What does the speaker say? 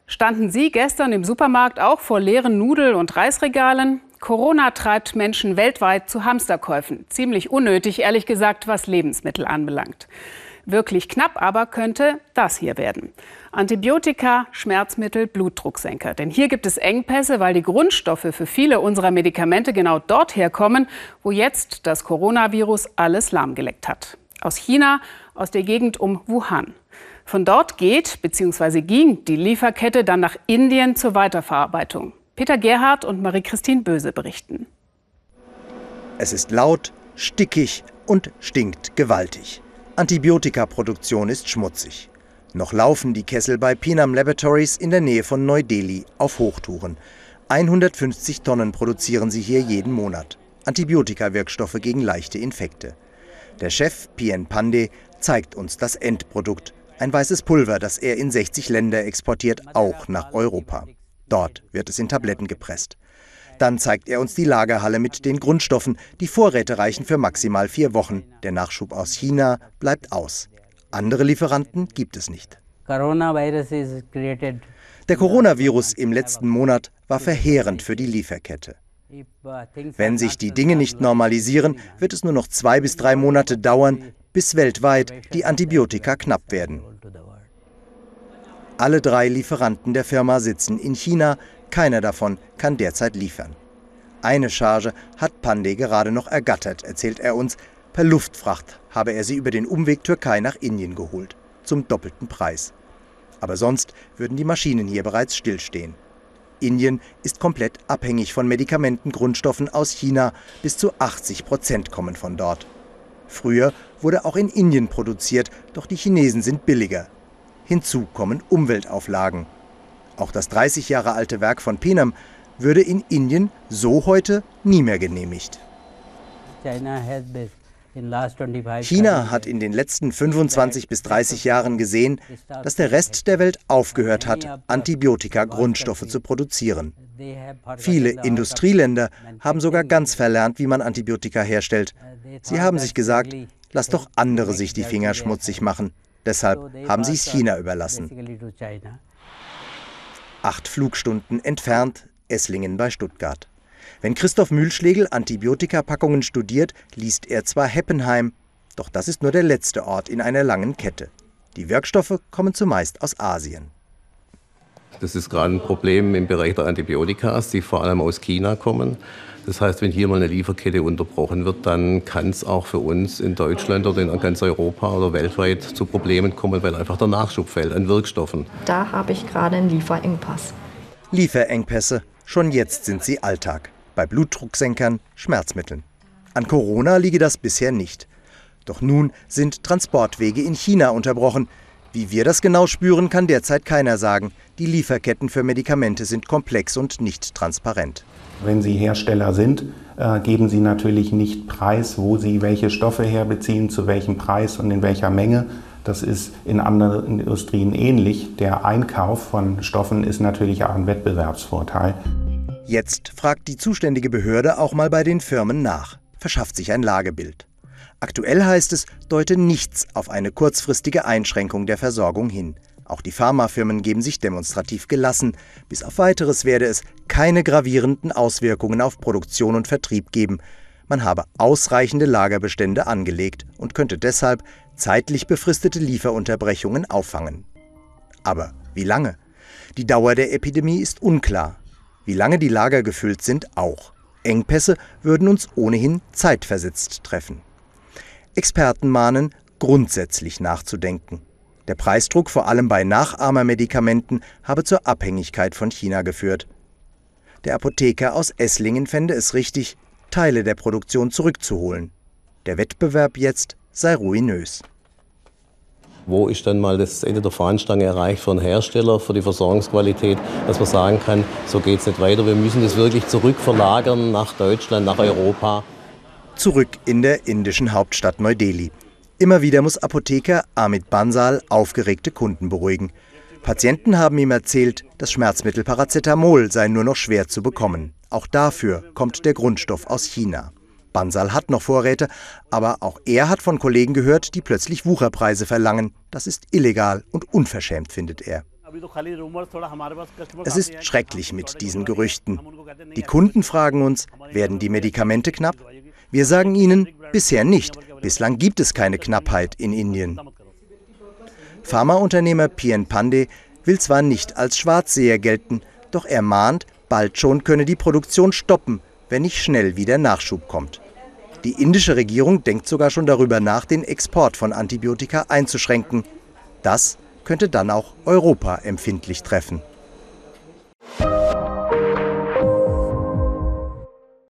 Standen Sie gestern im Supermarkt auch vor leeren Nudel- und Reisregalen? Corona treibt Menschen weltweit zu Hamsterkäufen. Ziemlich unnötig, ehrlich gesagt, was Lebensmittel anbelangt. Wirklich knapp aber könnte das hier werden. Antibiotika, Schmerzmittel, Blutdrucksenker. Denn hier gibt es Engpässe, weil die Grundstoffe für viele unserer Medikamente genau dort herkommen, wo jetzt das Coronavirus alles lahmgelegt hat. Aus China, aus der Gegend um Wuhan. Von dort ging die Lieferkette dann nach Indien zur Weiterverarbeitung. Peter Gerhardt und Marie-Christine Böse berichten. Es ist laut, stickig und stinkt gewaltig. Antibiotikaproduktion ist schmutzig. Noch laufen die Kessel bei Pinam Laboratories in der Nähe von Neu-Delhi auf Hochtouren. 150 Tonnen produzieren sie hier jeden Monat. Antibiotika-Wirkstoffe gegen leichte Infekte. Der Chef, P.N. Pandey, zeigt uns das Endprodukt. Ein weißes Pulver, das er in 60 Länder exportiert, auch nach Europa. Dort wird es in Tabletten gepresst. Dann zeigt er uns die Lagerhalle mit den Grundstoffen. Die Vorräte reichen für maximal 4 Wochen. Der Nachschub aus China bleibt aus. Andere Lieferanten gibt es nicht. Der Coronavirus im letzten Monat war verheerend für die Lieferkette. Wenn sich die Dinge nicht normalisieren, wird es nur noch 2 bis 3 Monate dauern, bis weltweit die Antibiotika knapp werden. Alle 3 Lieferanten der Firma sitzen in China, keiner davon kann derzeit liefern. Eine Charge hat Pandey gerade noch ergattert, erzählt er uns. Per Luftfracht habe er sie über den Umweg Türkei nach Indien geholt, zum doppelten Preis. Aber sonst würden die Maschinen hier bereits stillstehen. Indien ist komplett abhängig von Medikamentengrundstoffen aus China, bis zu 80% kommen von dort. Früher wurde auch in Indien produziert, doch die Chinesen sind billiger. Hinzu kommen Umweltauflagen. Auch das 30 Jahre alte Werk von Pinam würde in Indien so heute nie mehr genehmigt. China hat in den letzten 25 bis 30 Jahren gesehen, dass der Rest der Welt aufgehört hat, Antibiotika-Grundstoffe zu produzieren. Viele Industrieländer haben sogar ganz verlernt, wie man Antibiotika herstellt. Sie haben sich gesagt, lass doch andere sich die Finger schmutzig machen. Deshalb haben sie es China überlassen. 8 Flugstunden entfernt, Esslingen bei Stuttgart. Wenn Christoph Mühlschlegel Antibiotikapackungen studiert, liest er zwar Heppenheim, doch das ist nur der letzte Ort in einer langen Kette. Die Wirkstoffe kommen zumeist aus Asien. Das ist gerade ein Problem im Bereich der Antibiotika, die vor allem aus China kommen. Das heißt, wenn hier mal eine Lieferkette unterbrochen wird, dann kann es auch für uns in Deutschland oder in ganz Europa oder weltweit zu Problemen kommen, weil einfach der Nachschub fällt an Wirkstoffen. Da habe ich gerade einen Lieferengpass. Lieferengpässe, schon jetzt sind sie Alltag. Bei Blutdrucksenkern, Schmerzmitteln. An Corona liege das bisher nicht. Doch nun sind Transportwege in China unterbrochen. Wie wir das genau spüren, kann derzeit keiner sagen. Die Lieferketten für Medikamente sind komplex und nicht transparent. Wenn Sie Hersteller sind, geben Sie natürlich nicht preis, wo Sie welche Stoffe herbeziehen, zu welchem Preis und in welcher Menge. Das ist in anderen Industrien ähnlich. Der Einkauf von Stoffen ist natürlich auch ein Wettbewerbsvorteil. Jetzt fragt die zuständige Behörde auch mal bei den Firmen nach, verschafft sich ein Lagebild. Aktuell heißt es, deute nichts auf eine kurzfristige Einschränkung der Versorgung hin. Auch die Pharmafirmen geben sich demonstrativ gelassen. Bis auf Weiteres werde es keine gravierenden Auswirkungen auf Produktion und Vertrieb geben. Man habe ausreichende Lagerbestände angelegt und könnte deshalb zeitlich befristete Lieferunterbrechungen auffangen. Aber wie lange? Die Dauer der Epidemie ist unklar. Wie lange die Lager gefüllt sind, auch. Engpässe würden uns ohnehin zeitversetzt treffen. Experten mahnen, grundsätzlich nachzudenken. Der Preisdruck vor allem bei Nachahmermedikamenten habe zur Abhängigkeit von China geführt. Der Apotheker aus Esslingen fände es richtig, Teile der Produktion zurückzuholen. Der Wettbewerb jetzt sei ruinös. Wo ist dann mal das Ende der Fahnenstange erreicht für einen Hersteller, für die Versorgungsqualität, dass man sagen kann, so geht es nicht weiter. Wir müssen das wirklich zurückverlagern nach Deutschland, nach Europa. Zurück in der indischen Hauptstadt Neu-Delhi. Immer wieder muss Apotheker Amit Bansal aufgeregte Kunden beruhigen. Patienten haben ihm erzählt, das Schmerzmittel Paracetamol sei nur noch schwer zu bekommen. Auch dafür kommt der Grundstoff aus China. Bansal hat noch Vorräte, aber auch er hat von Kollegen gehört, die plötzlich Wucherpreise verlangen. Das ist illegal und unverschämt, findet er. Es ist schrecklich mit diesen Gerüchten. Die Kunden fragen uns, werden die Medikamente knapp? Wir sagen ihnen, bisher nicht. Bislang gibt es keine Knappheit in Indien. Pharmaunternehmer PN Pandey will zwar nicht als Schwarzseher gelten, doch er mahnt, bald schon könne die Produktion stoppen, wenn nicht schnell wieder Nachschub kommt. Die indische Regierung denkt sogar schon darüber nach, den Export von Antibiotika einzuschränken. Das könnte dann auch Europa empfindlich treffen.